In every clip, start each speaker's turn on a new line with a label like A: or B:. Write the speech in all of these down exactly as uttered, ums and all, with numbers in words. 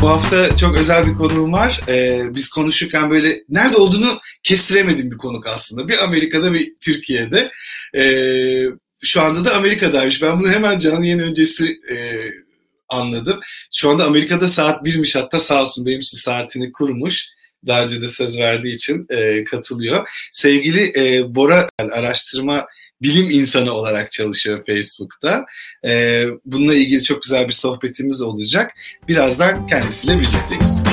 A: Bu hafta çok özel bir konuğum var. Ee, biz konuşurken böyle nerede olduğunu kestiremedim bir konuk aslında. Bir Amerika'da bir Türkiye'de. Ee, şu anda da Amerika'daymış. Ben bunu hemen canlı yayın öncesi e, anladım. Şu anda Amerika'da saat birmiş, hatta sağ olsun benim için saatini kurmuş. Daha önce de söz verdiği için e, katılıyor. Sevgili e, Bora, araştırma bilim insanı olarak çalışıyor Facebook'ta. Ee, bununla ilgili çok güzel bir sohbetimiz olacak. Birazdan kendisiyle birlikteyiz.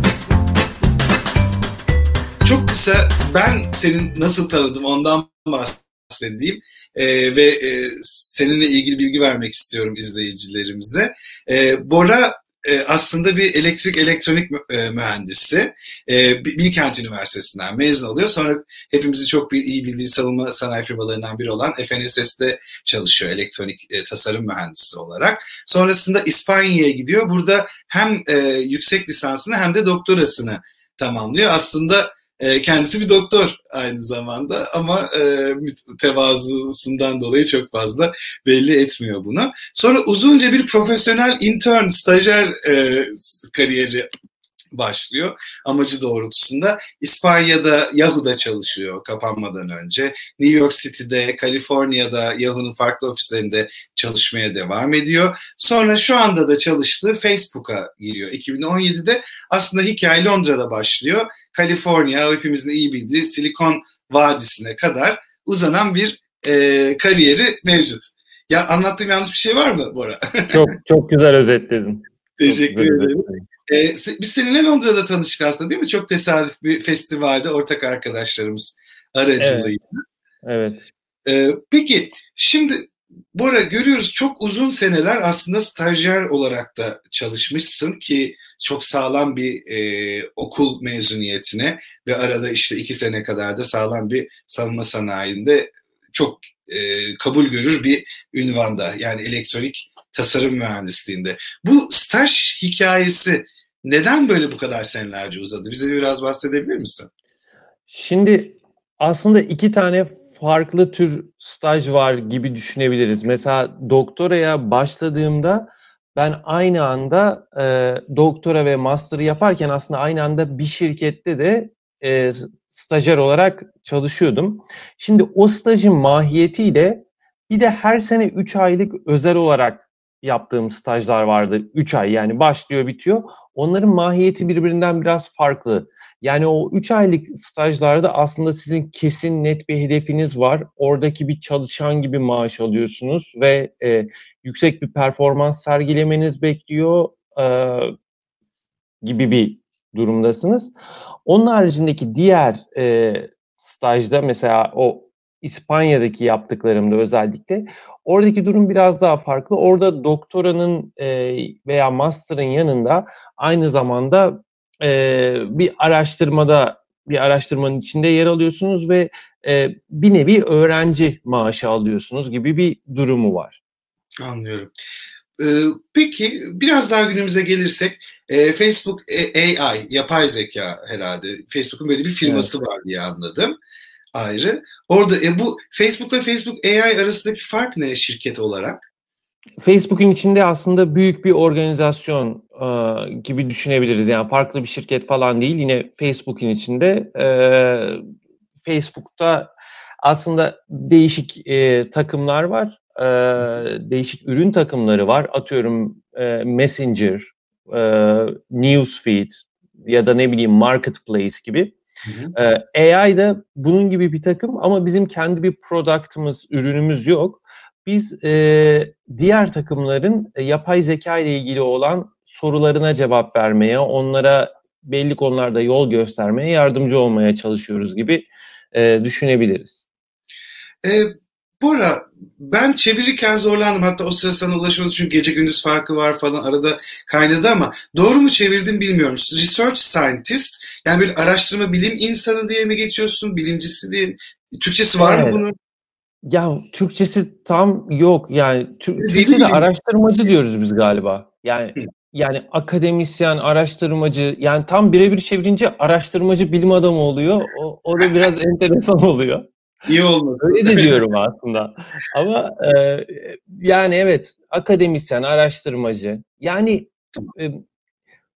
A: Çok kısa ben senin nasıl tanıdım ondan bahsedeyim. Ee, ve e, seninle ilgili bilgi vermek istiyorum izleyicilerimize. Ee, Bora e, aslında bir elektrik elektronik e, mühendisi. E, Bilkent Üniversitesi'nden mezun oluyor. Sonra hepimizin çok iyi bildiği savunma sanayi firmalarından biri olan F N S S'te çalışıyor elektronik e, tasarım mühendisi olarak. Sonrasında İspanya'ya gidiyor. Burada hem e, yüksek lisansını hem de doktorasını tamamlıyor. Aslında E, kendisi bir doktor aynı zamanda ama e, tevazusundan dolayı çok fazla belli etmiyor bunu. Sonra uzunca bir profesyonel intern, stajyer e, kariyeri başlıyor. Amacı doğrultusunda İspanya'da Yahoo'da çalışıyor kapanmadan önce. New York City'de, Kaliforniya'da Yahoo'nun farklı ofislerinde çalışmaya devam ediyor. Sonra şu anda da çalıştığı Facebook'a giriyor. iki bin on yedide aslında hikaye Londra'da başlıyor. Kaliforniya, hepimizin iyi bildiği Silikon Vadisi'ne kadar uzanan bir e, kariyeri mevcut. Ya anlattığım yanlış bir şey var mı Bora?
B: Çok çok güzel özetledin.
A: Teşekkür ederim. Ee, biz seninle Londra'da tanıştık aslında değil mi? Çok tesadüf bir festivalde ortak arkadaşlarımız aracılığıyla.
B: Evet.
A: evet. Ee, peki şimdi Bora görüyoruz çok uzun seneler aslında stajyer olarak da çalışmışsın ki çok sağlam bir e, okul mezuniyetine ve arada işte iki sene kadar da sağlam bir savunma sanayinde çok e, kabul görür bir ünvanda, yani elektronik tasarım mühendisliğinde. Bu staj hikayesi neden böyle bu kadar senelerce uzadı? Bize biraz bahsedebilir misin?
B: Şimdi aslında iki tane farklı tür staj var gibi düşünebiliriz. Mesela doktoraya başladığımda ben aynı anda e, doktora ve master'ı yaparken aslında aynı anda bir şirkette de e, stajyer olarak çalışıyordum. Şimdi o stajın mahiyetiyle bir de her sene üç aylık özel olarak yaptığım stajlar vardı. üç ay yani başlıyor bitiyor. Onların mahiyeti birbirinden biraz farklı. Yani o üç aylık stajlarda aslında sizin kesin net bir hedefiniz var. Oradaki bir çalışan gibi maaş alıyorsunuz ve e, yüksek bir performans sergilemeniz bekliyor e, gibi bir durumdasınız. Onun haricindeki diğer e, stajda mesela o İspanya'daki yaptıklarımda özellikle oradaki durum biraz daha farklı. Orada doktoranın e, veya master'ın yanında aynı zamanda e, bir araştırmada bir araştırmanın içinde yer alıyorsunuz ve e, bir nevi öğrenci maaşı alıyorsunuz gibi bir durumu var.
A: Anlıyorum. Ee, peki biraz daha günümüze gelirsek e, Facebook A I, yapay zeka herhalde. Facebook'un böyle bir firması evet. var diye anladım. Ayrı. Orada e, bu Facebook'la Facebook A I arasındaki fark ne şirket olarak?
B: Facebook'un içinde aslında büyük bir organizasyon e, gibi düşünebiliriz. Yani farklı bir şirket falan değil. Yine Facebook'un içinde. E, Facebook'ta aslında değişik e, takımlar var. E, değişik ürün takımları var. Atıyorum e, Messenger, e, Newsfeed ya da ne bileyim Marketplace gibi. Hı hı. E, A I da bunun gibi bir takım ama bizim kendi bir product'ımız, ürünümüz yok. Biz e, diğer takımların e, yapay zeka ile ilgili olan sorularına cevap vermeye, onlara belli konularda yol göstermeye, yardımcı olmaya çalışıyoruz gibi e, düşünebiliriz.
A: E, Bora, ben çevirirken zorlandım. Hatta o sıra sana ulaşamadım çünkü gece gündüz farkı var falan arada kaynadı ama doğru mu çevirdim bilmiyorum. Research scientist, yani böyle araştırma bilim insanı diye mi geçiyorsun, bilimcisi diye mi? Türkçesi var evet. mı bunun?
B: Ya Türkçesi tam yok. Yani Tür- Türkçe'de araştırmacı diyoruz biz galiba. Yani Hı. yani akademisyen, araştırmacı, yani tam birebir çevirince araştırmacı bilim adamı oluyor. O, o da biraz enteresan oluyor.
A: İyi olmadı.
B: Öyle de diyorum aslında. Ama e, yani evet, akademisyen, araştırmacı. Yani e,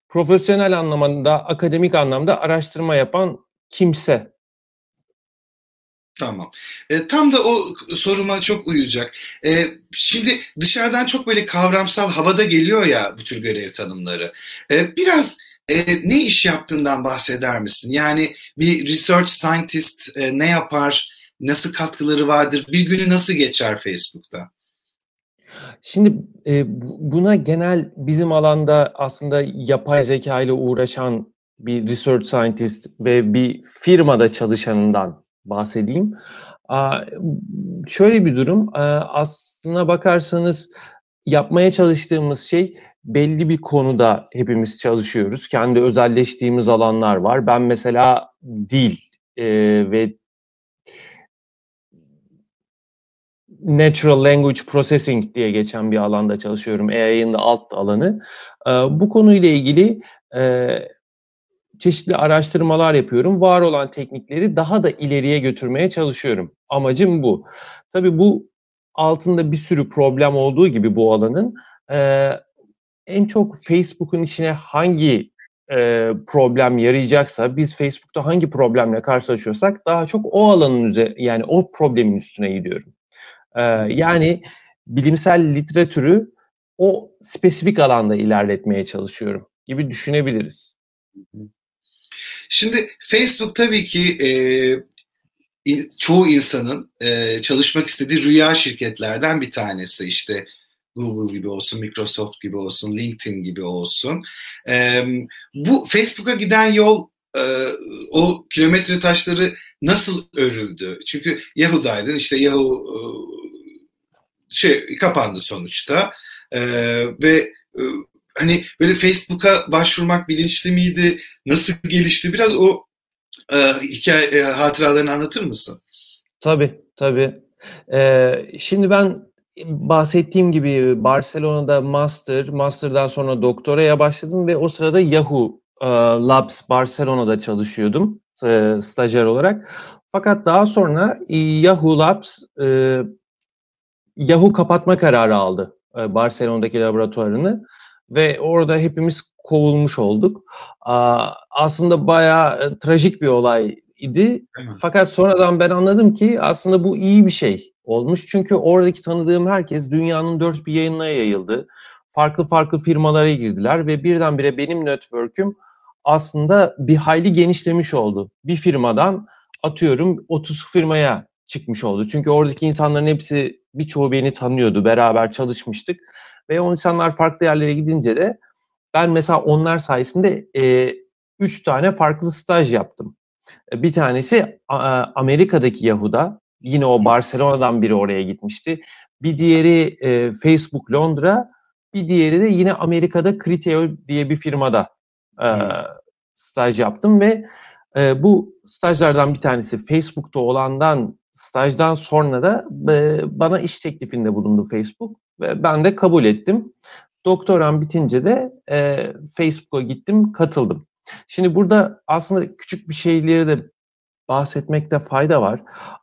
B: Profesyonel anlamda, akademik anlamda araştırma yapan kimse.
A: Tamam. E, tam da o soruma çok uyacak. E, şimdi dışarıdan çok böyle kavramsal havada geliyor ya bu tür görev tanımları. E, biraz e, ne iş yaptığından bahseder misin? Yani bir research scientist e, ne yapar? Nasıl katkıları vardır? Bir günü nasıl geçer Facebook'ta?
B: Şimdi e, buna genel bizim alanda aslında yapay zeka ile uğraşan bir research scientist ve bir firmada çalışanından bahsedeyim. Aa, şöyle bir durum, aslına bakarsanız yapmaya çalıştığımız şey belli bir konuda hepimiz çalışıyoruz. Kendi özelleştiğimiz alanlar var. Ben mesela dil e, ve Natural Language Processing diye geçen bir alanda çalışıyorum. A I'ın da alt alanı. E, bu konuyla ilgili e, çeşitli araştırmalar yapıyorum. Var olan teknikleri daha da ileriye götürmeye çalışıyorum. Amacım bu. Tabii bu altında bir sürü problem olduğu gibi bu alanın e, en çok Facebook'un içine hangi e, problem yarayacaksa, biz Facebook'ta hangi problemle karşılaşıyorsak daha çok o alanın üzerine, yani o problemin üstüne gidiyorum. E, yani bilimsel literatürü o spesifik alanda ilerletmeye çalışıyorum gibi düşünebiliriz.
A: Şimdi Facebook tabii ki e, çoğu insanın e, çalışmak istediği rüya şirketlerden bir tanesi. İşte Google gibi olsun, Microsoft gibi olsun, LinkedIn gibi olsun. E, bu Facebook'a giden yol, e, o kilometre taşları nasıl örüldü? Çünkü Yahoo'daydın, işte Yahoo e, şey kapandı sonuçta e, ve e, hani böyle Facebook'a başvurmak bilinçli miydi? Nasıl gelişti? Biraz o e, hikaye e, hatıralarını anlatır mısın?
B: Tabii, tabii. Ee, şimdi ben bahsettiğim gibi Barcelona'da master, master'dan sonra doktoraya başladım ve o sırada Yahoo e, Labs Barcelona'da çalışıyordum e, stajyer olarak. Fakat daha sonra e, Yahoo Labs e, Yahoo kapatma kararı aldı e, Barcelona'daki laboratuvarını ve orada hepimiz kovulmuş olduk. Aa, aslında bayağı e, trajik bir olay idi. Fakat sonradan ben anladım ki aslında bu iyi bir şey olmuş. Çünkü oradaki tanıdığım herkes dünyanın dört bir yayınına yayıldı. Farklı farklı firmalara girdiler ve birdenbire benim network'üm aslında bir hayli genişlemiş oldu. Bir firmadan atıyorum otuz firmaya çıkmış oldu. Çünkü oradaki insanların hepsi, birçoğu beni tanıyordu. Beraber çalışmıştık. Ve o insanlar farklı yerlere gidince de ben mesela onlar sayesinde e, üç tane farklı staj yaptım. Bir tanesi Amerika'daki Yahoo'da. Yine o Barcelona'dan biri oraya gitmişti. Bir diğeri e, Facebook Londra. Bir diğeri de yine Amerika'da Criteo diye bir firmada e, staj yaptım ve e, bu stajlardan bir tanesi Facebook'ta olandan stajdan sonra da e, bana iş teklifinde bulundu Facebook ve ben de kabul ettim. Doktoram bitince de e, Facebook'a gittim, katıldım. Şimdi burada aslında küçük bir şeyleri de bahsetmekte fayda var.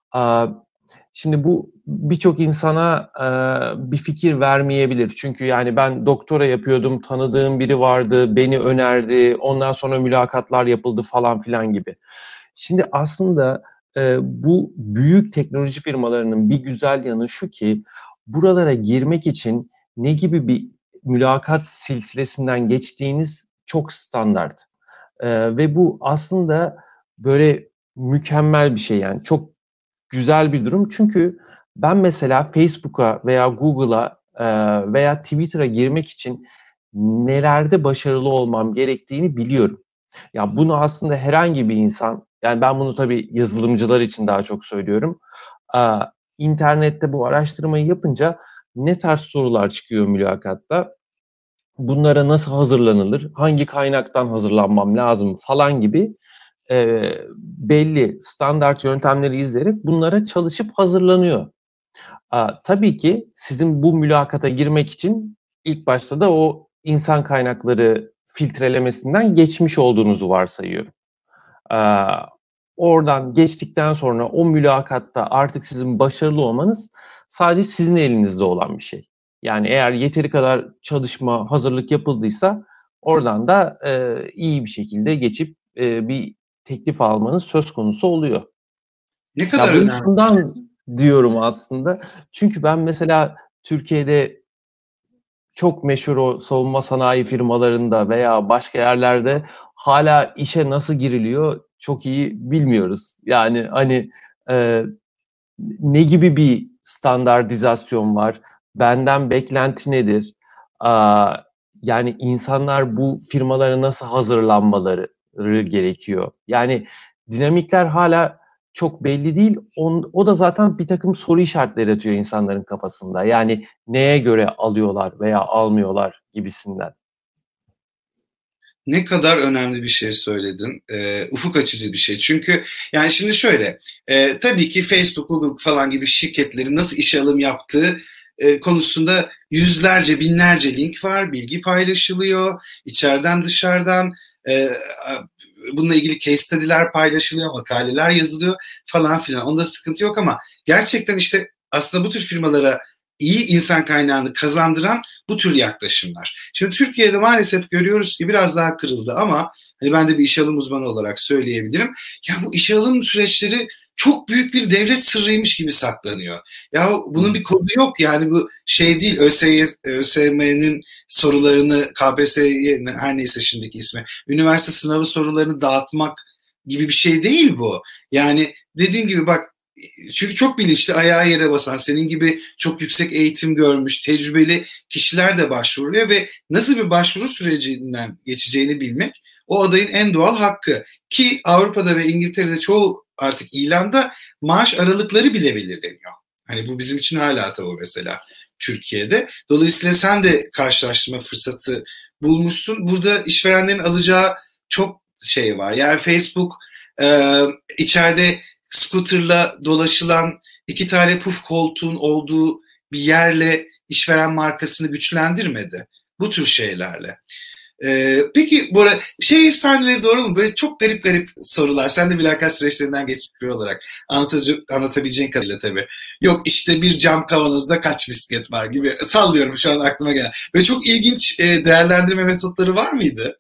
B: Şimdi bu birçok insana bir fikir vermeyebilir. Çünkü yani ben doktora yapıyordum, tanıdığım biri vardı, beni önerdi, ondan sonra mülakatlar yapıldı falan filan gibi. Şimdi aslında bu büyük teknoloji firmalarının bir güzel yanı şu ki, buralara girmek için ne gibi bir mülakat silsilesinden geçtiğiniz çok standart. Ve bu aslında böyle mükemmel bir şey, yani çok güzel bir durum. Çünkü ben mesela Facebook'a veya Google'a e, veya Twitter'a girmek için nelerde başarılı olmam gerektiğini biliyorum. Ya bunu aslında herhangi bir insan, yani ben bunu tabii yazılımcılar için daha çok söylüyorum. E, internette bu araştırmayı yapınca ne tarz sorular çıkıyor mülakatta? Bunlara nasıl hazırlanılır? Hangi kaynaktan hazırlanmam lazım falan gibi e, belli standart yöntemleri izleyerek bunlara çalışıp hazırlanıyor. A, tabii ki sizin bu mülakata girmek için ilk başta da o insan kaynakları filtrelemesinden geçmiş olduğunuzu varsayıyorum. A, oradan geçtikten sonra o mülakatta artık sizin başarılı olmanız sadece sizin elinizde olan bir şey. Yani eğer yeteri kadar çalışma, hazırlık yapıldıysa oradan da e, iyi bir şekilde geçip e, bir teklif almanız söz konusu oluyor.
A: Ne kadar
B: Ya bunu
A: önemli.
B: şundan diyorum aslında. Çünkü ben mesela Türkiye'de çok meşhur o savunma sanayi firmalarında veya başka yerlerde hala işe nasıl giriliyor çok iyi bilmiyoruz. Yani hani e, ne gibi bir standartizasyon var? Benden beklenti nedir? Aa, yani insanlar bu firmalara nasıl hazırlanmaları gerekiyor? Yani dinamikler hala çok belli değil. On, o da zaten bir takım soru işaretleri atıyor insanların kafasında. Yani neye göre alıyorlar veya almıyorlar gibisinden.
A: Ne kadar önemli bir şey söyledin. E, ufuk açıcı bir şey. Çünkü yani şimdi şöyle, e, tabii ki Facebook, Google falan gibi şirketlerin nasıl işe alım yaptığı e, konusunda yüzlerce, binlerce link var, bilgi paylaşılıyor, içeriden dışarıdan. E, bununla ilgili case study'ler paylaşılıyor, makaleler yazılıyor falan filan. Onda sıkıntı yok ama gerçekten işte aslında bu tür firmalara iyi insan kaynağını kazandıran bu tür yaklaşımlar. Şimdi Türkiye'de maalesef görüyoruz ki biraz daha kırıldı ama hani ben de bir işe alım uzmanı olarak söyleyebilirim. Ya bu işe alım süreçleri çok büyük bir devlet sırrıymış gibi saklanıyor. Ya bunun bir kodu yok yani bu şey değil ÖSYM'nin sorularını K P S S her neyse şimdiki ismi üniversite sınavı sorularını dağıtmak gibi bir şey değil bu. Yani dediğin gibi bak çünkü çok bilinçli ayağı yere basan senin gibi çok yüksek eğitim görmüş tecrübeli kişiler de başvuruyor ve nasıl bir başvuru sürecinden geçeceğini bilmek o adayın en doğal hakkı ki Avrupa'da ve İngiltere'de çoğu artık ilanda maaş aralıkları bile belirleniyor. Hani bu bizim için hala tabu mesela Türkiye'de. Dolayısıyla sen de karşılaştırma fırsatı bulmuşsun. Burada işverenlerin alacağı çok şey var. Yani Facebook e, içeride scooter'la dolaşılan iki tane puf koltuğun olduğu bir yerle işveren markasını güçlendirmedi. Bu tür şeylerle. Ee, peki bu arada şey efsaneleri doğru mu? Böyle çok garip garip sorular. Sen de mülakat süreçlerinden geçmiş biri olarak anlatıcı, anlatabileceğin kadarıyla tabii. Yok işte bir cam kavanozda kaç bisiklet var gibi sallıyorum şu an aklıma gelen. Böyle çok ilginç e, değerlendirme metotları var mıydı?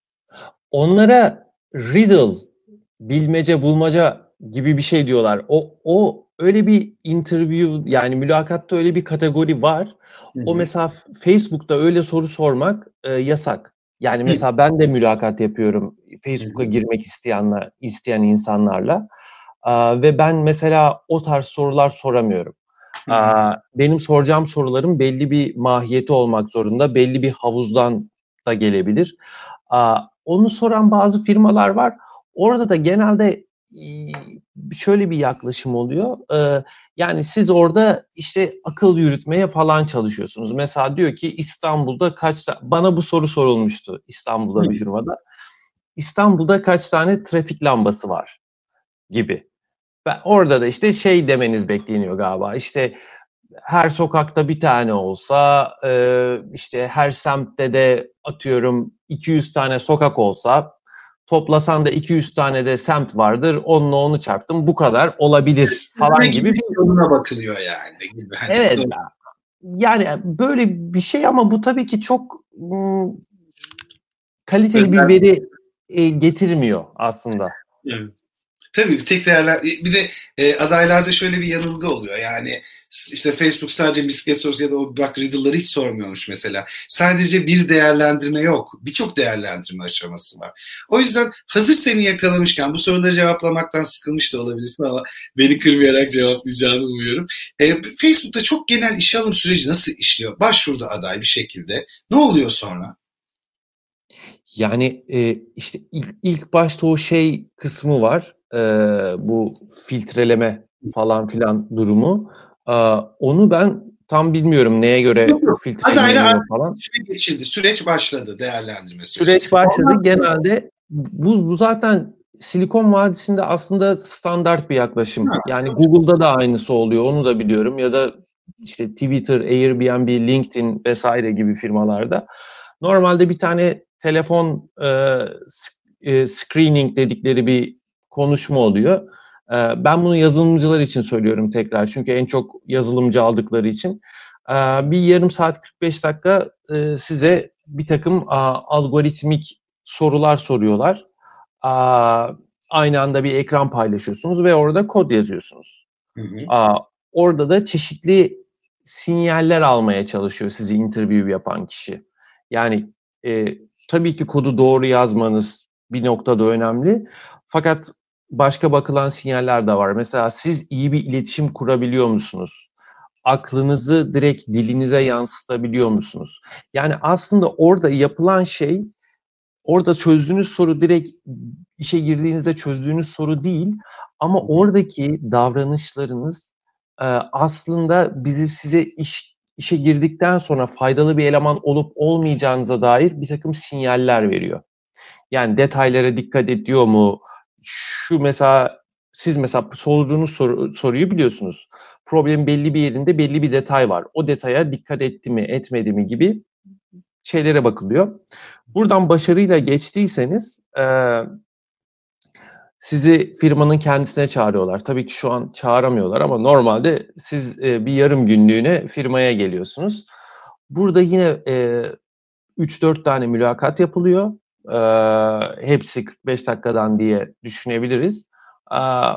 B: Onlara riddle, bilmece, bulmaca gibi bir şey diyorlar. O o öyle bir interview yani mülakatta öyle bir kategori var.
A: Hı
B: O
A: hı.
B: mesela Facebook'ta öyle soru sormak e, yasak. Yani
A: Hı
B: mesela ben de mülakat yapıyorum Facebook'a
A: hı.
B: girmek isteyenler, isteyen insanlarla. Aa, ve ben mesela o tarz sorular soramıyorum.
A: Hı hı.
B: Aa, benim soracağım soruların belli bir mahiyeti olmak zorunda. Belli bir havuzdan da gelebilir. Aa, onu soran bazı firmalar var. Orada da genelde şöyle bir yaklaşım oluyor. Ee, yani siz orada işte akıl yürütmeye falan çalışıyorsunuz. Mesela diyor ki İstanbul'da kaç ta- bana bu soru sorulmuştu İstanbul'da bir firmada. İstanbul'da kaç tane trafik lambası var gibi. Ben orada da işte şey demeniz bekleniyor galiba. İşte her sokakta bir tane olsa, e, işte her semtte de atıyorum iki yüz tane sokak olsa, toplasan da iki yüz tane de semt vardır. Onunla onu çarptım. Bu kadar olabilir falan gibi bir.
A: Yoluna bakılıyor yani. Gibi. Hani,
B: Evet. Yani böyle bir şey ama bu tabii ki çok ım, kaliteli bir veri e, getirmiyor aslında.
A: Evet. Tabii bir tekrarlar bir de e, adaylarda şöyle bir yanılgı oluyor yani işte Facebook sadece bisiklet sorusu ya da o bak riddle'ları hiç sormuyormuş mesela. Sadece bir değerlendirme yok. Birçok değerlendirme aşaması var. O yüzden hazır seni yakalamışken bu soruları cevaplamaktan sıkılmış da olabilirsin ama beni kırmayarak cevaplayacağını umuyorum. E, Facebook'ta çok genel işe alım süreci nasıl işliyor? Başvurdu aday bir şekilde. Ne oluyor sonra?
B: Yani e, işte ilk, ilk başta o şey kısmı var. E, bu filtreleme falan filan durumu. E, onu ben tam bilmiyorum neye göre
A: Yok yok. Adayla
B: filtreleniyor falan.
A: şey geçildi. Süreç başladı. Değerlendirme süreci.
B: Süreç başladı.
A: Ondan
B: Genelde bu, bu zaten Silikon Vadisi'nde aslında standart bir yaklaşım.
A: sonra
B: Yani Google'da da aynısı oluyor. Onu da biliyorum. Ya da işte Twitter, Airbnb, LinkedIn vesaire gibi firmalarda. Normalde bir tane telefon e, e, screening dedikleri bir konuşma oluyor. E, ben bunu yazılımcılar için söylüyorum tekrar. Çünkü en çok yazılımcı aldıkları için. E, bir yarım saat kırk beş dakika e, size bir takım a, algoritmik sorular soruyorlar. A, aynı anda bir ekran paylaşıyorsunuz ve orada kod yazıyorsunuz.
A: Hı hı.
B: A, orada da çeşitli sinyaller almaya çalışıyor sizi interview yapan kişi. Yani e, tabii ki kodu doğru yazmanız bir noktada önemli. Fakat başka bakılan sinyaller de var. Mesela siz iyi bir iletişim kurabiliyor musunuz? Aklınızı direkt dilinize yansıtabiliyor musunuz? Yani aslında orada yapılan şey, orada çözdüğünüz soru direkt işe girdiğinizde çözdüğünüz soru değil. Ama oradaki davranışlarınız e, aslında bizi size iş, işe girdikten sonra faydalı bir eleman olup olmayacağınıza dair bir takım sinyaller veriyor. Yani detaylara dikkat ediyor mu? Şu mesela siz mesela sorduğunuz soru, soruyu biliyorsunuz. Problemin belli bir yerinde belli bir detay var. O detaya dikkat etti mi, etmedi mi gibi şeylere bakılıyor. Buradan başarıyla geçtiyseniz e, sizi firmanın kendisine çağırıyorlar. Tabii ki şu an çağıramıyorlar ama normalde siz e, bir yarım günlüğüne firmaya geliyorsunuz. Burada yine e, üç dört tane mülakat yapılıyor. Ee, hepsi kırk beş dakikadan diye düşünebiliriz. Ee,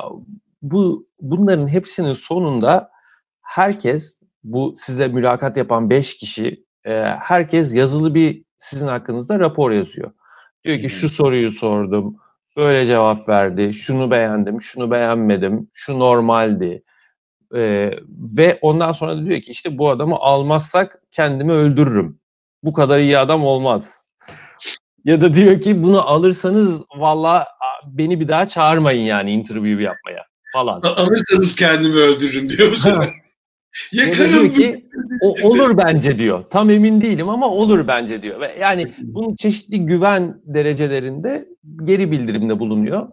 B: bu bunların hepsinin sonunda herkes, bu size mülakat yapan beş kişi, e, herkes yazılı bir sizin hakkınızda rapor yazıyor. Diyor ki şu soruyu sordum, böyle cevap verdi, şunu beğendim, şunu beğenmedim, şu normaldi. Ee, ve ondan sonra da diyor ki işte bu adamı almazsak kendimi öldürürüm. Bu kadar iyi adam olmaz. Ya da diyor ki bunu alırsanız valla beni bir daha çağırmayın yani interview yapmaya falan.
A: Alırsanız kendimi öldürürüm diyor musun?
B: Ya da diyor ki o olur bence diyor. Tam emin değilim ama olur bence diyor. Ve yani bunun çeşitli güven derecelerinde geri bildirimde bulunuyor.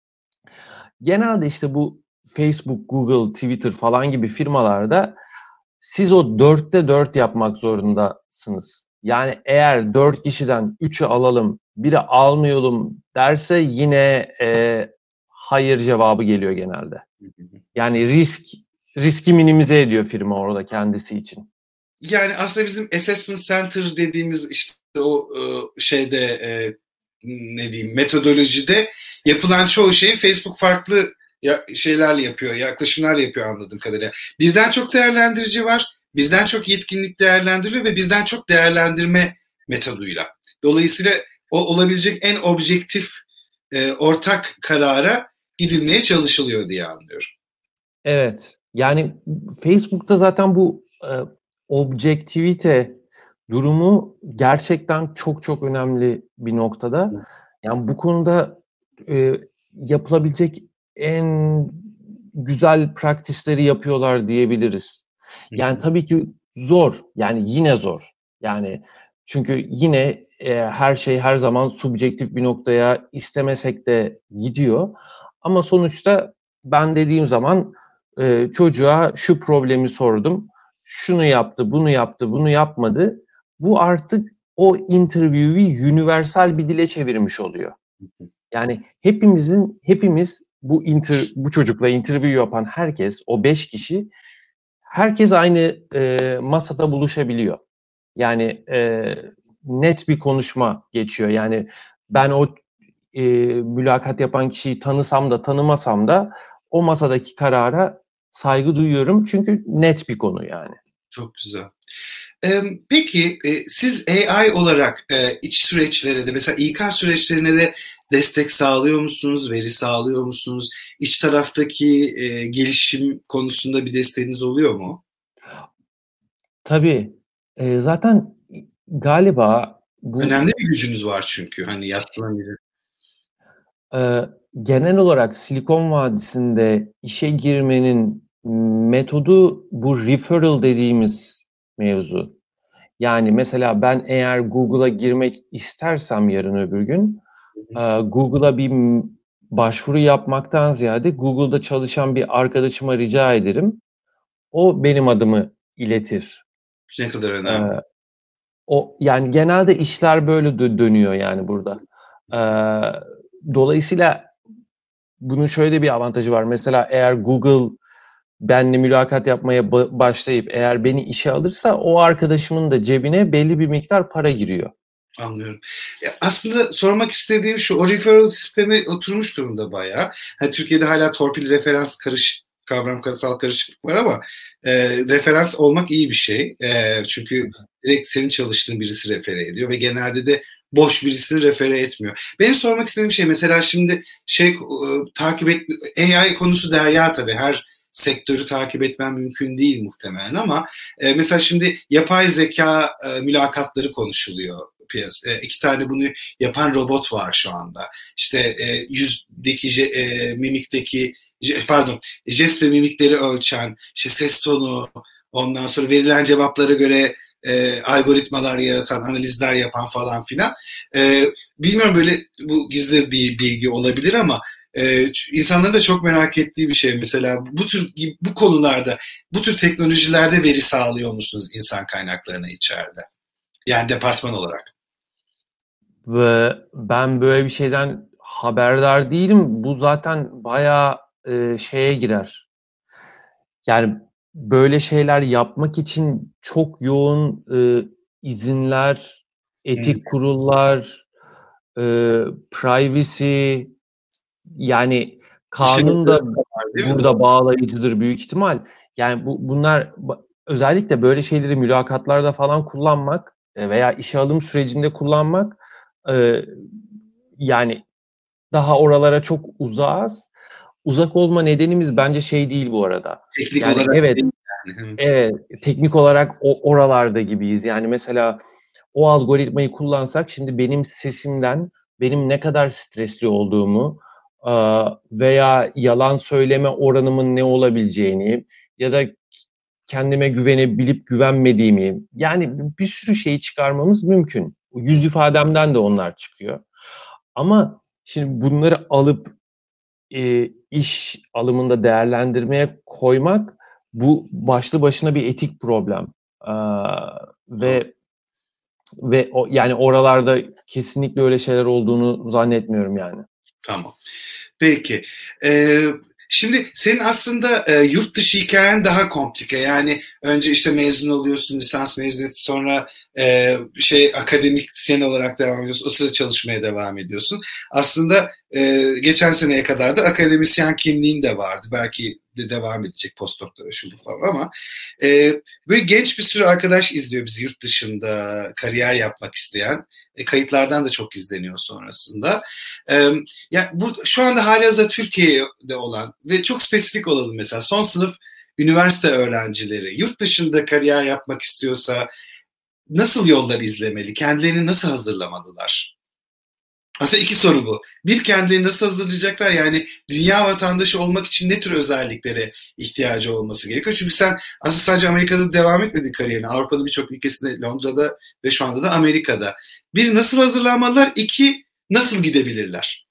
B: Genelde işte bu Facebook, Google, Twitter falan gibi firmalarda siz o dörtte dört yapmak zorundasınız. Yani eğer dört kişiden üçü alalım, biri almayalım derse yine e, hayır cevabı geliyor genelde. Yani risk riski minimize ediyor firma orada kendisi için.
A: Yani aslında bizim assessment center dediğimiz işte o şeyde ne diyeyim metodolojide yapılan çoğu şeyi Facebook farklı şeylerle yapıyor, yaklaşımlarla yapıyor anladığım kadarıyla. Birden çok değerlendirici var, birden çok yetkinlik değerlendiriliyor ve birden çok değerlendirme metoduyla. Dolayısıyla o olabilecek en objektif e, ortak karara gidilmeye çalışılıyor diye anlıyorum.
B: Evet. Yani Facebook'ta zaten bu e, objektivite durumu gerçekten çok çok önemli bir noktada. Yani bu konuda e, yapılabilecek en güzel praktisleri yapıyorlar diyebiliriz. Yani tabii ki zor. Yani yine zor. Yani çünkü yine e, her şey her zaman subjektif bir noktaya istemesek de gidiyor. Ama sonuçta ben dediğim zaman e, çocuğa şu problemi sordum. Şunu yaptı, bunu yaptı, bunu yapmadı. Bu artık o interview'i universal bir dile çevirmiş oluyor. Yani hepimizin, hepimiz bu inter, bu çocukla interview yapan herkes, o beş kişi, herkes aynı e, masada buluşabiliyor. Yani e, net bir konuşma geçiyor. Yani ben o e, mülakat yapan kişiyi tanısam da tanımasam da o masadaki karara saygı duyuyorum. Çünkü net bir konu yani.
A: Çok güzel. Peki siz A I olarak iç süreçlere de mesela İK süreçlerine de destek sağlıyor musunuz? Veri sağlıyor musunuz? İç taraftaki gelişim konusunda bir desteğiniz oluyor mu?
B: Tabii. Zaten galiba bu...
A: Önemli bir gücünüz var çünkü hani yapılan biri.
B: Genel olarak Silikon Vadisi'nde işe girmenin metodu bu referral dediğimiz mevzu. Yani mesela ben eğer Google'a girmek istersem yarın öbür gün Google'a bir başvuru yapmaktan ziyade Google'da çalışan bir arkadaşıma rica ederim. O benim adımı iletir.
A: Ne kadar önemli.
B: Ee, o yani genelde işler böyle dö- dönüyor yani burada. Ee, dolayısıyla bunun şöyle bir avantajı var. Mesela eğer Google benimle mülakat yapmaya başlayıp eğer beni işe alırsa o arkadaşımın da cebine belli bir miktar para giriyor.
A: Anlıyorum. Ya, aslında sormak istediğim şu, o referral sistemi oturmuş durumda bayağı. Hani Türkiye'de hala torpil referans karışık kavramsal karışıklık var ama e, referans olmak iyi bir şey. E, çünkü direkt senin çalıştığın birisi refere ediyor ve genelde de boş birisini refere etmiyor. Benim sormak istediğim şey mesela şimdi şey e, takip et A I konusu derya tabii her sektörü takip etmen mümkün değil muhtemelen ama e, mesela şimdi yapay zeka e, mülakatları konuşuluyor piyasa. E, iki tane bunu yapan robot var şu anda. İşte e, yüzdeki, je, e, mimikteki, je, pardon, jest ve mimikleri ölçen, işte ses tonu, ondan sonra verilen cevaplara göre e, algoritmalar yaratan, analizler yapan falan filan. E, bilmiyorum böyle bu gizli bir bilgi olabilir ama e, insanların da çok merak ettiği bir şey mesela bu tür bu konularda, bu tür teknolojilerde veri sağlıyor musunuz insan kaynaklarına içeride? Yani departman olarak.
B: Ve ben böyle bir şeyden haberdar değilim. Bu zaten bayağı e, şeye girer. Yani böyle şeyler yapmak için çok yoğun e, izinler,
A: Hmm.
B: etik kurullar, e, privacy, yani
A: İşin
B: kanun da
A: var değil mi?
B: burada bağlayıcıdır büyük ihtimal. Yani bu bunlar özellikle böyle şeyleri mülakatlarda falan kullanmak e, veya işe alım sürecinde kullanmak e, yani daha oralara çok uzağız. Uzak olma nedenimiz bence şey değil bu arada.
A: Teknik
B: Yani
A: olarak
B: evet,
A: değil yani.
B: evet teknik olarak o oralarda gibiyiz. Yani mesela o algoritmayı kullansak şimdi benim sesimden benim ne kadar stresli olduğumu veya yalan söyleme oranımın ne olabileceğini ya da kendime güvenebilip güvenmediğimi yani bir sürü şeyi çıkarmamız mümkün. Yüz ifademden de onlar çıkıyor. Ama şimdi bunları alıp e, iş alımında değerlendirmeye koymak bu başlı başına bir etik problem. Ee, ve ve o, yani oralarda kesinlikle öyle şeyler olduğunu zannetmiyorum yani.
A: Tamam. Peki. Ee, şimdi senin aslında e, yurt dışı hikayen daha komplike. Yani önce işte mezun oluyorsun, lisans mezuniyeti, sonra e, şey akademisyen olarak devam ediyorsun. O sırada çalışmaya devam ediyorsun. Aslında e, geçen seneye kadar da akademisyen kimliğin de vardı. Belki de devam edecek postdoktora şu bu falan ama e, böyle genç bir sürü arkadaş izliyor bizi yurt dışında kariyer yapmak isteyen. E, kayıtlardan da çok izleniyor sonrasında. E, ya bu şu anda halihazırda Türkiye'de olan ve çok spesifik olalım mesela son sınıf üniversite öğrencileri yurt dışında kariyer yapmak istiyorsa nasıl yollar izlemeli? Kendilerini nasıl hazırlamalılar? Aslında iki soru bu. Bir, kendilerini nasıl hazırlayacaklar? Yani dünya vatandaşı olmak için ne tür özelliklere ihtiyacı olması gerekiyor? Çünkü sen aslında sadece Amerika'da devam etmedin kariyerine. Avrupa'da birçok ülkesinde, Londra'da ve şu anda da Amerika'da. Bir, nasıl hazırlanmalılar? İki, nasıl gidebilirler?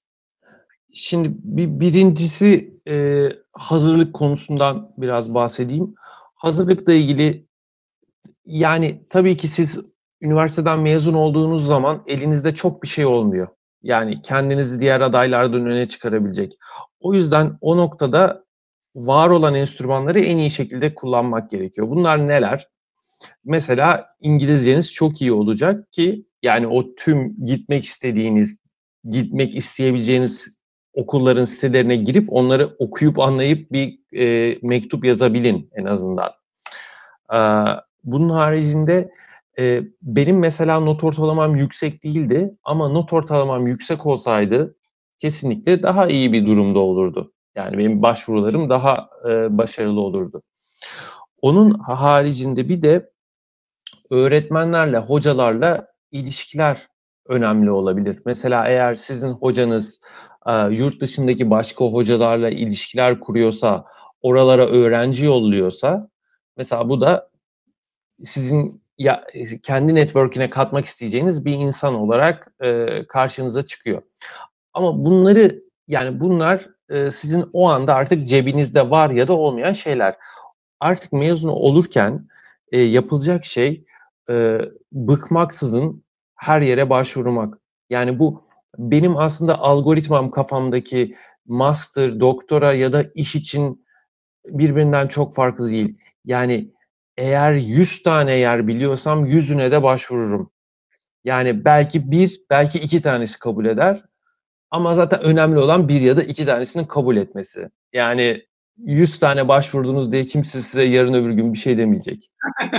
B: Şimdi bir, birincisi e, hazırlık konusundan biraz bahsedeyim. Hazırlıkla ilgili yani tabii ki siz üniversiteden mezun olduğunuz zaman elinizde çok bir şey olmuyor. Yani kendinizi diğer adaylardan öne çıkarabilecek. O yüzden o noktada var olan enstrümanları en iyi şekilde kullanmak gerekiyor. Bunlar neler? Mesela İngilizceniz çok iyi olacak ki yani o tüm gitmek istediğiniz, gitmek isteyebileceğiniz okulların sitelerine girip onları okuyup anlayıp bir e, mektup yazabilin en azından. Ee, bunun haricinde e, benim mesela not ortalamam yüksek değildi ama not ortalamam yüksek olsaydı kesinlikle daha iyi bir durumda olurdu. Yani benim başvurularım daha e, başarılı olurdu. Onun haricinde bir de öğretmenlerle, hocalarla ilişkiler önemli olabilir. Mesela eğer sizin hocanız e, yurt dışındaki başka hocalarla ilişkiler kuruyorsa, oralara öğrenci yolluyorsa, mesela bu da sizin ya kendi network'ine katmak isteyeceğiniz bir insan olarak e, karşınıza çıkıyor. Ama bunları yani bunlar e, sizin o anda artık cebinizde var ya da olmayan şeyler. Artık mezun olurken e, yapılacak şey e, bıkmaksızın her yere başvurmak. Yani bu benim aslında algoritmam kafamdaki master, doktora ya da iş için birbirinden çok farklı değil. Yani eğer yüz tane yer biliyorsam yüzüne de başvururum. Yani belki bir, belki iki tanesi kabul eder. Ama zaten önemli olan bir ya da iki tanesinin kabul etmesi. Yani yüz tane başvurdunuz diye kimse size yarın öbür gün bir şey demeyecek.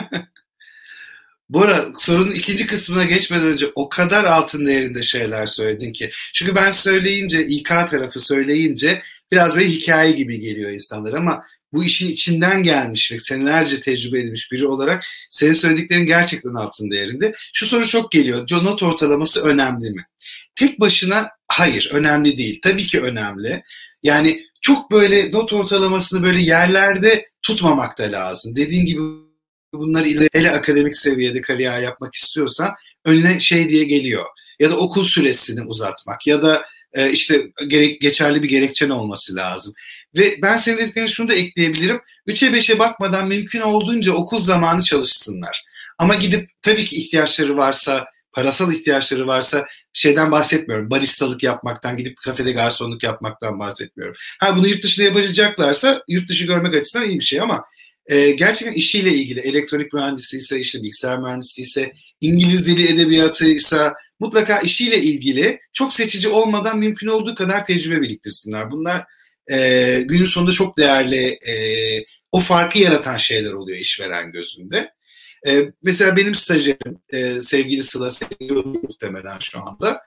A: Bora, sorunun ikinci kısmına geçmeden önce o kadar altın değerinde şeyler söyledin ki. Çünkü ben söyleyince, İK tarafı söyleyince biraz böyle hikaye gibi geliyor insanlar ama bu işin içinden gelmiş ve senelerce tecrübe edilmiş biri olarak senin söylediklerin gerçekten altın değerinde. Şu soru çok geliyor. Not ortalaması önemli mi? Tek başına hayır, önemli değil. Tabii ki önemli. Yani çok böyle not ortalamasını böyle yerlerde tutmamak da lazım. Dediğin gibi bunları ile hele akademik seviyede kariyer yapmak istiyorsan önüne şey diye geliyor. Ya da okul süresini uzatmak ya da e, işte gerek, geçerli bir gerekçen olması lazım. Ve ben senin dediklerine şunu da ekleyebilirim. üçe beşe bakmadan mümkün olduğunca okul zamanı çalışsınlar. Ama gidip tabii ki ihtiyaçları varsa, parasal ihtiyaçları varsa şeyden bahsetmiyorum. Baristalık yapmaktan, gidip kafede garsonluk yapmaktan bahsetmiyorum. Ha bunu yurt dışında yapacaklarsa yurt dışı görmek açısından iyi bir şey ama e, gerçekten işiyle ilgili elektronik mühendisi ise işte bilgisayar mühendisi ise İngiliz dili edebiyatıysa mutlaka işiyle ilgili çok seçici olmadan mümkün olduğu kadar tecrübe biriktirsinler. Bunlar e, günün sonunda çok değerli e, o farkı yaratan şeyler oluyor işveren gözünde. E, mesela benim stajyerim e, sevgili Sıla sevgili muhtemelen şu anda.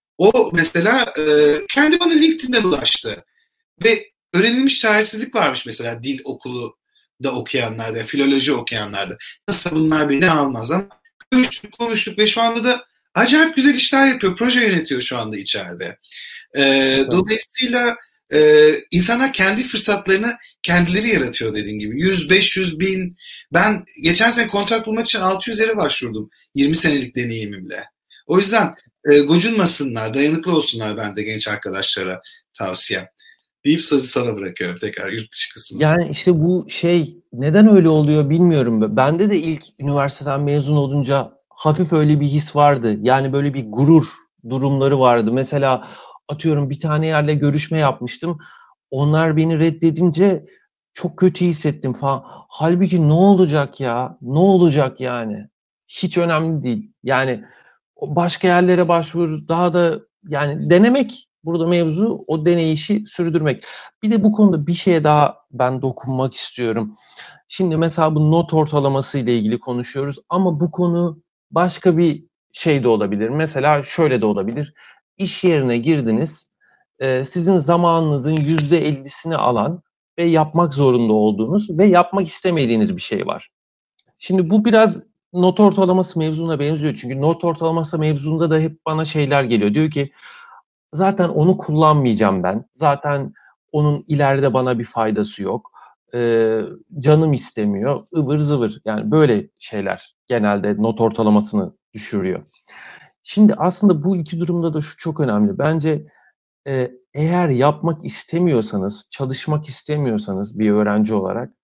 A: O mesela e, kendi bana LinkedIn'den ulaştı ve öğrenilmiş çaresizlik varmış mesela dil okulu da okuyanlarda, filoloji okuyanlarda. Nasıl bunlar beni almaz ama konuştuk, konuştuk ve şu anda da acayip güzel işler yapıyor. Proje yönetiyor şu anda içeride. Ee, dolayısıyla e, insanlar kendi fırsatlarını kendileri yaratıyor dediğin gibi. yüz, beş yüz, bin. Ben geçen sene kontrat bulmak için altı yüzlere başvurdum. yirmi senelik deneyimimle. O yüzden e, gocunmasınlar, dayanıklı olsunlar ben de genç arkadaşlara tavsiyem. Deyip sözü sana bırakıyorum tekrar yurt dışı kısmı.
B: Yani işte bu şey neden öyle oluyor bilmiyorum. Bende de ilk üniversiteden mezun olunca hafif öyle bir his vardı. Yani böyle bir gurur durumları vardı. Mesela atıyorum bir tane yerle görüşme yapmıştım. Onlar beni reddedince çok kötü hissettim falan. Halbuki ne olacak ya? Ne olacak yani? Hiç önemli değil. Yani başka yerlere başvur, daha da yani denemek burada mevzu, o deneyişi sürdürmek. Bir de bu konuda bir şeye daha ben dokunmak istiyorum. Şimdi mesela bu not ortalaması ile ilgili konuşuyoruz ama bu konu başka bir şey de olabilir. Mesela şöyle de olabilir. İş yerine girdiniz, sizin zamanınızın yüzde ellisini alan ve yapmak zorunda olduğunuz ve yapmak istemediğiniz bir şey var. Şimdi bu biraz not ortalaması mevzuna benziyor. Çünkü not ortalaması mevzunda da hep bana şeyler geliyor. Diyor ki zaten onu kullanmayacağım ben. Zaten onun ileride bana bir faydası yok. Ee, canım istemiyor. Ivır zıvır. Yani böyle şeyler genelde not ortalamasını düşürüyor. Şimdi aslında bu iki durumda da şu çok önemli. Bence e, eğer yapmak istemiyorsanız, çalışmak istemiyorsanız bir öğrenci olarak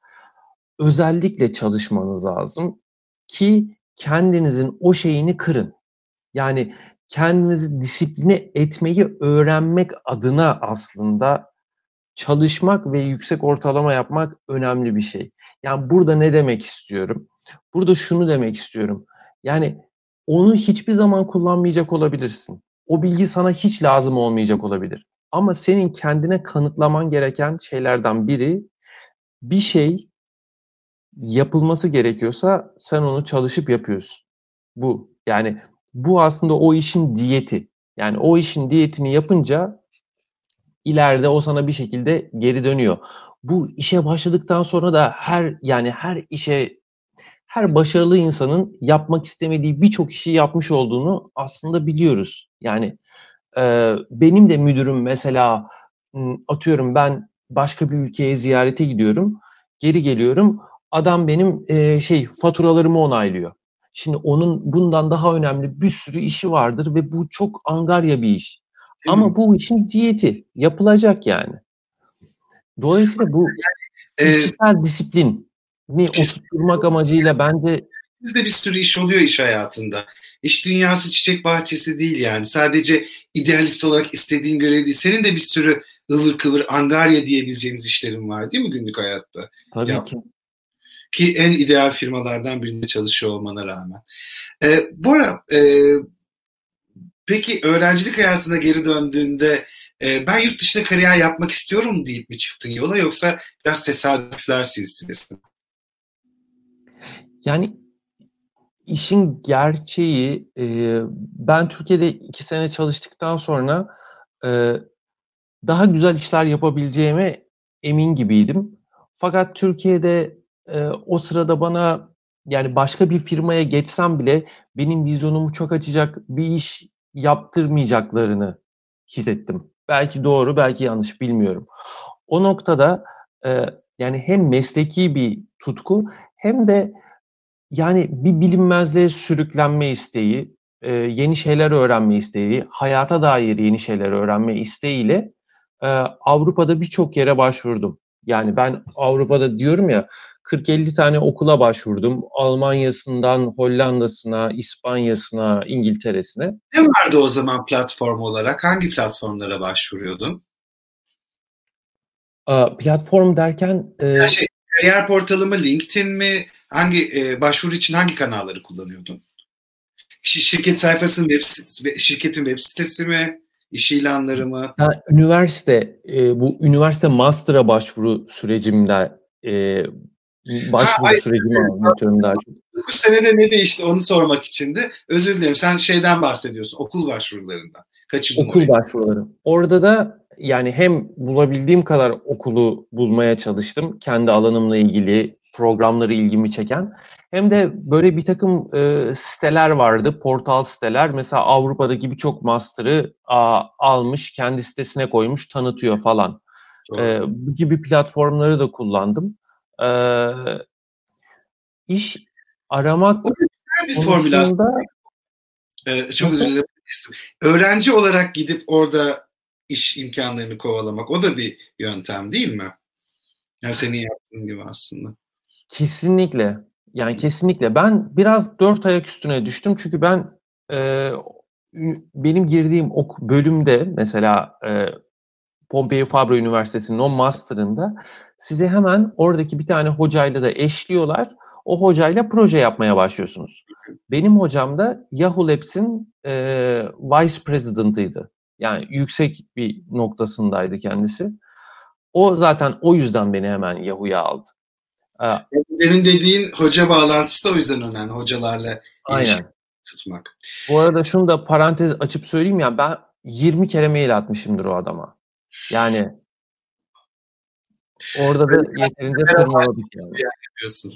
B: özellikle çalışmanız lazım ki kendinizin o şeyini kırın. Yani kendinizi disipline etmeyi öğrenmek adına aslında çalışmak ve yüksek ortalama yapmak önemli bir şey. Yani burada ne demek istiyorum? Burada şunu demek istiyorum. Yani onu hiçbir zaman kullanmayacak olabilirsin. O bilgi sana hiç lazım olmayacak olabilir. Ama senin kendine kanıtlaman gereken şeylerden biri bir şey yapılması gerekiyorsa sen onu çalışıp yapıyorsun. Bu yani bu aslında o işin diyeti. Yani o işin diyetini yapınca ileride o sana bir şekilde geri dönüyor. Bu işe başladıktan sonra da her yani her işe her başarılı insanın yapmak istemediği birçok işi yapmış olduğunu aslında biliyoruz. Yani e, benim de müdürüm mesela atıyorum ben başka bir ülkeye ziyarete gidiyorum. Geri geliyorum. Adam benim e, şey faturalarımı onaylıyor. Şimdi onun bundan daha önemli bir sürü işi vardır ve bu çok angarya bir iş. Ama bu işin diyeti yapılacak yani. Dolayısıyla bu
A: Ee,
B: kişisel disiplini oturtturmak amacıyla bence
A: Bizde bir sürü iş oluyor iş hayatında. İş dünyası çiçek bahçesi değil yani. Sadece idealist olarak istediğin görev değil. Senin de bir sürü ıvır kıvır angarya diyebileceğimiz işlerin var değil mi günlük hayatta?
B: tabii
A: Ya,
B: ki.
A: ki en ideal firmalardan birinde çalışıyor olmana rağmen. Ee, Bora, e, Peki öğrencilik hayatına geri döndüğünde e, ben yurt dışında kariyer yapmak istiyorum deyip mi çıktın yola, yoksa biraz tesadüfler silsilesi mi?
B: Yani işin gerçeği, e, ben Türkiye'de iki sene çalıştıktan sonra e, daha güzel işler yapabileceğime emin gibiydim. Fakat Türkiye'de e, o sırada bana, yani başka bir firmaya geçsem bile benim vizyonumu çok açacak bir iş yaptırmayacaklarını hissettim. Belki doğru, belki yanlış, bilmiyorum. O noktada e, yani hem mesleki bir tutku hem de yani bir bilinmezliğe sürüklenme isteği, e, yeni şeyler öğrenme isteği, hayata dair yeni şeyler öğrenme isteğiyle e, Avrupa'da birçok yere başvurdum. Yani ben Avrupa'da diyorum ya, kırk elli tane okula başvurdum. Almanya'sından Hollanda'sına, İspanya'sına, İngiltere'sine.
A: Ne vardı o zaman platform olarak? Hangi platformlara başvuruyordun?
B: E, platform derken
A: Ya
B: e,
A: şey, kariyer portalı mı, LinkedIn mi? Hangi e, başvuru için hangi kanalları kullanıyordun? Şi- Şirket sayfası mı, web, si- şirketin web sitesi mi, iş ilanları mı?
B: ben üniversite, e, bu üniversite master'a başvuru sürecimde e,
A: Ha,
B: başvuru
A: ay,
B: sürecimi anlatıyorum daha çok.
A: dokuz senede ne değişti onu sormak içindi. Özür dilerim. Sen şeyden bahsediyorsun, okul başvurularından. Kaçırdın
B: Okul
A: orayı.
B: başvuruları. Orada da yani hem bulabildiğim kadar okulu bulmaya çalıştım. Kendi alanımla ilgili programları ilgimi çeken. Hem de böyle bir takım e, siteler vardı, portal siteler. Mesela Avrupa'daki birçok master'ı a, almış, kendi sitesine koymuş, tanıtıyor falan. E,
A: Doğru.
B: bu gibi platformları da kullandım. E, iş
A: O
B: aramak
A: güzel bir formül aslında.
B: konusunda
A: Ee, çok özür
B: nasıl?
A: dilerim. Öğrenci olarak gidip orada iş imkanlarını kovalamak, o da bir yöntem değil mi? Yani senin yaptığın gibi aslında.
B: Kesinlikle. Yani kesinlikle. Ben biraz dört ayak üstüne düştüm. Çünkü ben e, benim girdiğim ok bölümde mesela e, Pompeu Fabra Üniversitesi'nin o master'ında size hemen oradaki bir tane hocayla da eşliyorlar. O hocayla proje yapmaya başlıyorsunuz. Benim hocam da Yahoo Labs'in e, Vice President'ıydı. Yani yüksek bir noktasındaydı kendisi. O zaten o yüzden beni hemen Yahoo'ya aldı. E,
A: Senin dediğin hoca bağlantısı da o yüzden önemli. Hocalarla ilişki
B: aynen.
A: tutmak.
B: Bu arada şunu da parantez açıp söyleyeyim ya, ben yirmi kere mail atmışımdır o adama. Yani orada da yeterince tırmaladık yani.
A: Diyorsun.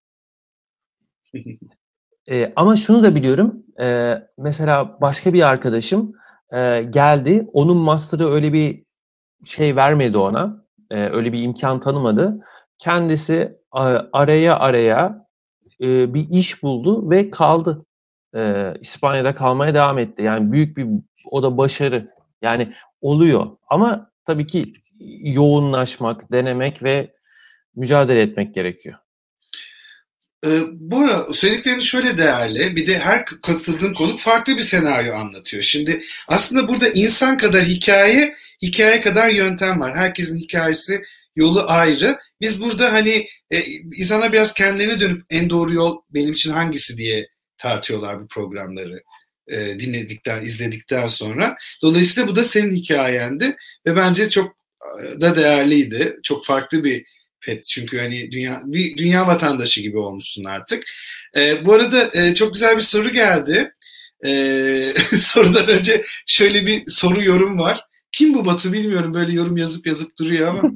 B: Ee, ama şunu da biliyorum. E, mesela başka bir arkadaşım e, geldi. Onun master'ı öyle bir şey vermedi ona. E, öyle bir imkan tanımadı. Kendisi a, araya araya e, bir iş buldu ve kaldı. E, İspanya'da kalmaya devam etti. Yani büyük bir, o da başarı. Yani oluyor. Ama tabii ki yoğunlaşmak, denemek ve mücadele etmek gerekiyor.
A: Ee, Bora, söylediklerin şöyle değerli. Bir de her katıldığım konuk farklı bir senaryo anlatıyor. Şimdi aslında burada insan kadar hikaye, hikaye kadar yöntem var. Herkesin hikayesi, yolu ayrı. Biz burada hani e, insanlar biraz kendilerine dönüp en doğru yol benim için hangisi diye tartıyorlar bu programları e, dinledikten, izledikten sonra. Dolayısıyla bu da senin hikayendi ve bence çok e, da değerliydi. Çok farklı bir pet, çünkü hani dünya bir dünya vatandaşı gibi olmuşsun artık. Ee, bu arada e, çok güzel bir soru geldi. Ee, sorudan önce şöyle bir soru yorum var. Kim bu Batu bilmiyorum, böyle yorum yazıp yazıp duruyor ama.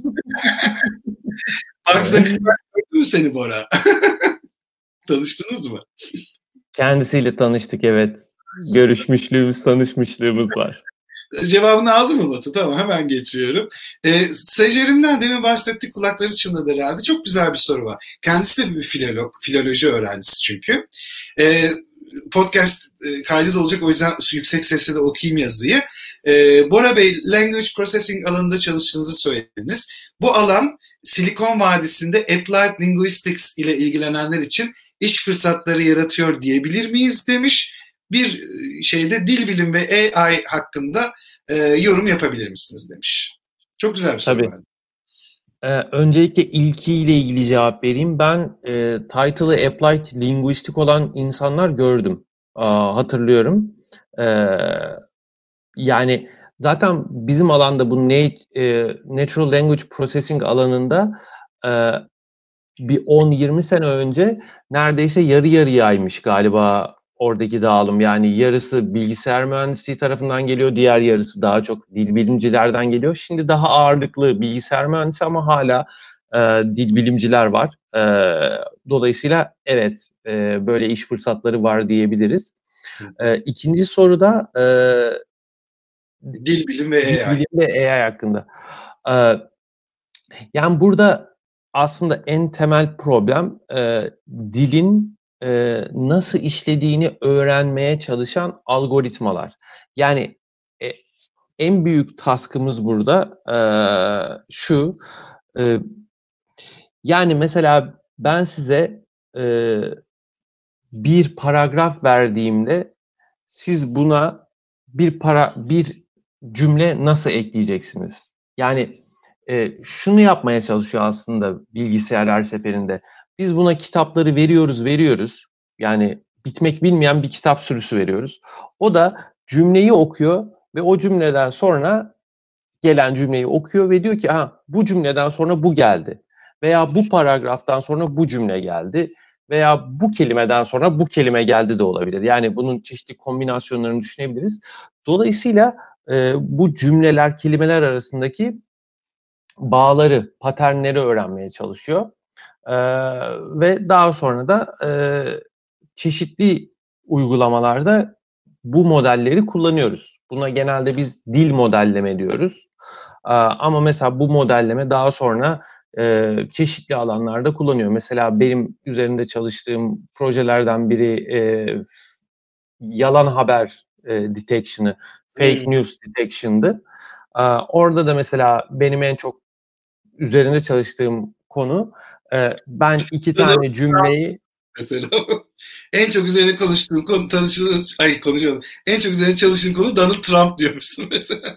A: Mark Zuckerberg gördü mü seni Bora? Tanıştınız mı?
B: Kendisiyle tanıştık, evet. Görüşmüşlüğümüz, tanışmışlığımız var.
A: Cevabını aldın mı Batu? Tamam, hemen geçiyorum. Ee, stajyerimden demin bahsettik, kulakları çınladı herhalde. Çok güzel bir soru var. Kendisi de bir filolog, filoloji öğrencisi çünkü. Ee, podcast e, kaydı da olacak, o yüzden yüksek sesle de okuyayım yazıyı. Ee, Bora Bey, language processing alanında çalıştığınızı söylediniz. Bu alan Silikon Vadisi'nde applied linguistics ile ilgilenenler için iş fırsatları yaratıyor diyebilir miyiz demiş. Bir şeyde dil bilim ve A I hakkında e, yorum yapabilir misiniz demiş. Çok güzel bir soru.
B: Tabii. Ee, öncelikle ilkiyle ilgili cevap vereyim. Ben e, title'ı applied linguistik olan insanlar gördüm. Aa, hatırlıyorum. Ee, Yani zaten bizim alanda bu ne, e, Natural Language Processing alanında e, bir on yirmi sene önce neredeyse yarı yarıyaymış galiba oradaki dağılım. Yani yarısı bilgisayar mühendisliği tarafından geliyor, diğer yarısı daha çok dil bilimcilerden geliyor. Şimdi daha ağırlıklı bilgisayar mühendisi ama hala e, dil bilimciler var. E, dolayısıyla evet, e, böyle iş fırsatları var diyebiliriz. E, ikinci soruda e,
A: Dil bilim ve
B: dil
A: A I.
B: bilim ve A I hakkında. E, yani burada aslında en temel problem e, dilin e, nasıl işlediğini öğrenmeye çalışan algoritmalar. Yani e, en büyük task'ımız burada e, şu. E, yani mesela ben size e, bir paragraf verdiğimde siz buna bir para bir cümle nasıl ekleyeceksiniz? Yani e, şunu yapmaya çalışıyor aslında bilgisayar her seferinde. Biz buna kitapları veriyoruz, veriyoruz. Yani bitmek bilmeyen bir kitap sürüsü veriyoruz. O da cümleyi okuyor ve o cümleden sonra gelen cümleyi okuyor ve diyor ki ha, bu cümleden sonra bu geldi. Veya bu paragraftan sonra bu cümle geldi. Veya bu kelimeden sonra bu kelime geldi de olabilir. Yani bunun çeşitli kombinasyonlarını düşünebiliriz. Dolayısıyla e, bu cümleler, kelimeler arasındaki bağları, paternleri öğrenmeye çalışıyor. E, ve daha sonra da e, çeşitli uygulamalarda bu modelleri kullanıyoruz. Buna genelde biz dil modelleme diyoruz. Ama mesela bu modelleme daha sonra e, çeşitli alanlarda kullanıyor. Mesela benim üzerinde çalıştığım projelerden biri e, yalan haber e, detection'ı, fake
A: Hmm.
B: news detection'dı. E, orada da mesela benim en çok üzerinde çalıştığım konu e, ben iki tane cümleyi
A: mesela en çok üzerine konuştuğum konu tanışılan ay konuşalım. En çok üzerine çalıştığın konu Donald Trump diyormuşsun mesela.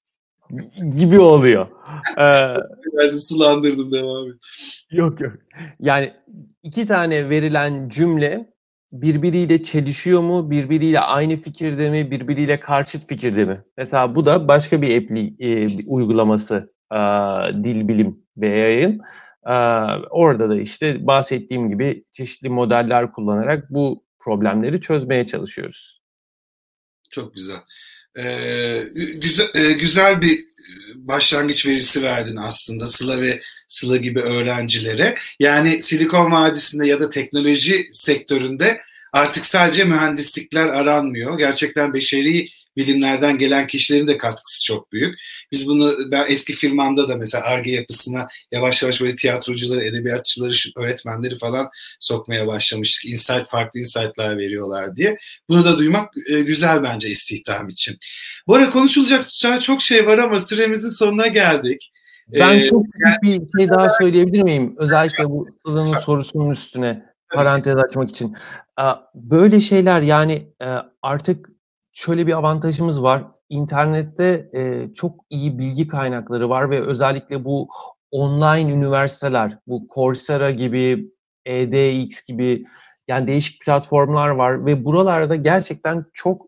B: gibi oluyor. Ee,
A: Biraz sulandırdım, devam et.
B: yok yok. Yani iki tane verilen cümle birbiriyle çelişiyor mu? Birbiriyle aynı fikirde mi? Birbiriyle karşıt fikirde mi? Mesela bu da başka bir appli, e, bir uygulaması e, dil bilim ve yayın. E, orada da işte bahsettiğim gibi çeşitli modeller kullanarak bu problemleri çözmeye çalışıyoruz.
A: Çok güzel. Ee, güzel, e, güzel bir başlangıç verisi verdin aslında Sıla ve Sıla gibi öğrencilere. Yani Silikon Vadisi'nde ya da teknoloji sektöründe artık sadece mühendislikler aranmıyor. Gerçekten beşeri bilimlerden gelen kişilerin de katkısı çok büyük. Biz bunu, ben eski firmamda da mesela Ar-Ge yapısına yavaş yavaş böyle tiyatrocuları, edebiyatçıları, öğretmenleri falan sokmaya başlamıştık. Insight, farklı insight'lar veriyorlar diye. Bunu da duymak e, güzel bence istihdam için. Bu arada konuşulacak çok şey var ama süremizin sonuna geldik.
B: Ben
A: Ee,
B: çok küçük bir şey daha söyleyebilir miyim? Özellikle bu Sıla'nın sorusunun üstüne parantez açmak için. Böyle şeyler yani artık şöyle bir avantajımız var. İnternette çok iyi bilgi kaynakları var ve özellikle bu online üniversiteler, bu Coursera gibi, edX gibi yani değişik platformlar var ve buralarda gerçekten çok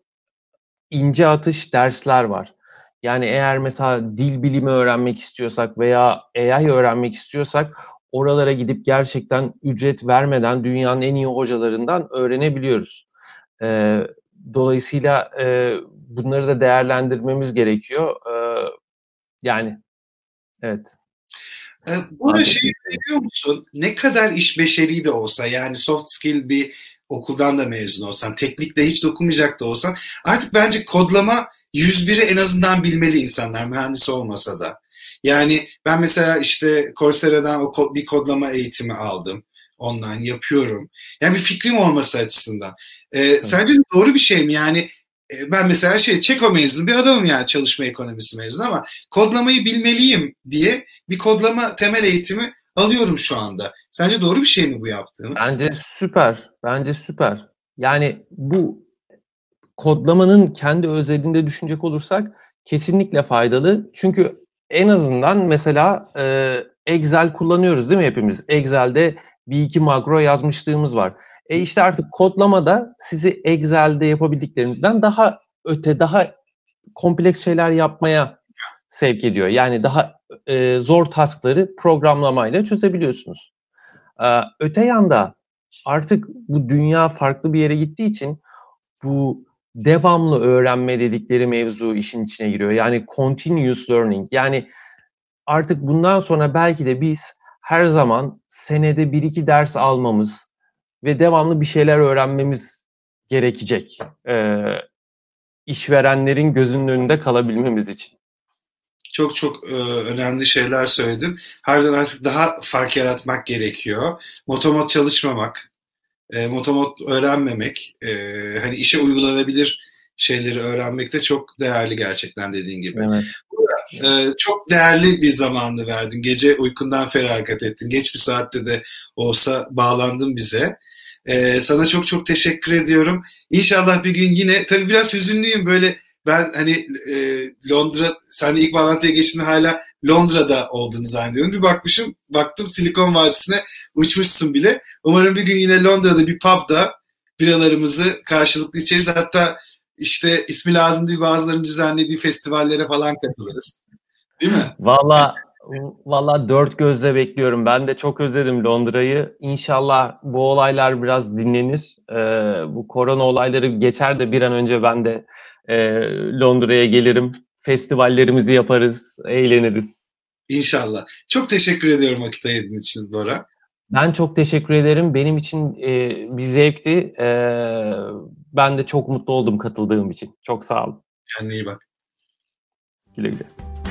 B: ince atış dersler var. Yani eğer mesela dil bilimi öğrenmek istiyorsak veya A I öğrenmek istiyorsak oralara gidip gerçekten ücret vermeden dünyanın en iyi hocalarından öğrenebiliyoruz. Ee, dolayısıyla e, bunları da değerlendirmemiz gerekiyor. Ee, yani evet.
A: E, Burada şey biliyor musun? Ne kadar iş beşeri de olsa, yani soft skill bir okuldan da mezun olsan, teknikle hiç dokunmayacak da olsan, artık bence kodlama yüz biri en azından bilmeli insanlar, mühendis olmasa da. Yani ben mesela işte Coursera'dan o ko- bir kodlama eğitimi aldım. Online yapıyorum. Yani bir fikrim olması açısından. E, sence doğru bir şey mi? Yani e, ben mesela şey Çeko mezunu bir adamım, yani çalışma ekonomisi mezunu, ama kodlamayı bilmeliyim diye bir kodlama temel eğitimi alıyorum şu anda. Sence doğru bir şey mi bu yaptığımız?
B: Bence süper. Bence süper. Yani bu kodlamanın kendi özelinde düşünecek olursak kesinlikle faydalı. Çünkü en azından mesela e, Excel kullanıyoruz değil mi hepimiz? Excel'de bir iki makro yazmışlığımız var. E işte artık kodlamada sizi Excel'de yapabildiklerinizden daha öte, daha kompleks şeyler yapmaya sevk ediyor. Yani daha e, zor taskları programlamayla çözebiliyorsunuz. E, öte yanda artık bu dünya farklı bir yere gittiği için bu devamlı öğrenme dedikleri mevzu işin içine giriyor. Yani continuous learning. Yani artık bundan sonra belki de biz her zaman senede bir iki ders almamız ve devamlı bir şeyler öğrenmemiz gerekecek. Ee, işverenlerin gözünün önünde kalabilmemiz için.
A: Çok çok e, önemli şeyler söyledin. Harbiden artık daha fark yaratmak gerekiyor. Motomot çalışmamak, e, motomot öğrenmemek, e, hani işe uygulanabilir şeyleri öğrenmek de çok değerli gerçekten dediğin gibi.
B: Evet.
A: E, çok değerli bir zamanı verdin. Gece uykundan feragat ettin. Geç bir saatte de olsa bağlandın bize. E, sana çok çok teşekkür ediyorum. İnşallah bir gün yine, tabii biraz hüzünlüyüm böyle. Ben hani e, Londra, sen ilk bağlantıya geçtiğimde hala Londra'da olduğunu zannediyorum. Bir bakmışım, baktım Silikon Vadisi'ne uçmuşsun bile. Umarım bir gün yine Londra'da bir pub'da biralarımızı karşılıklı içeriz. Hatta işte ismi lazım değil bazılarının düzenlediği festivallere falan katılırız. Değil mi?
B: Valla valla dört gözle bekliyorum. Ben de çok özledim Londra'yı. İnşallah bu olaylar biraz dinlenir. Ee, bu korona olayları geçer de bir an önce ben de e, Londra'ya gelirim. Festivallerimizi yaparız, eğleniriz.
A: İnşallah. Çok teşekkür ediyorum vakit ayırdığın için Bora.
B: Ben çok teşekkür ederim. Benim için e, bir zevkti. E, ben de çok mutlu oldum katıldığım için. Çok sağ olun.
A: Kendine iyi bak.
B: Güle güle.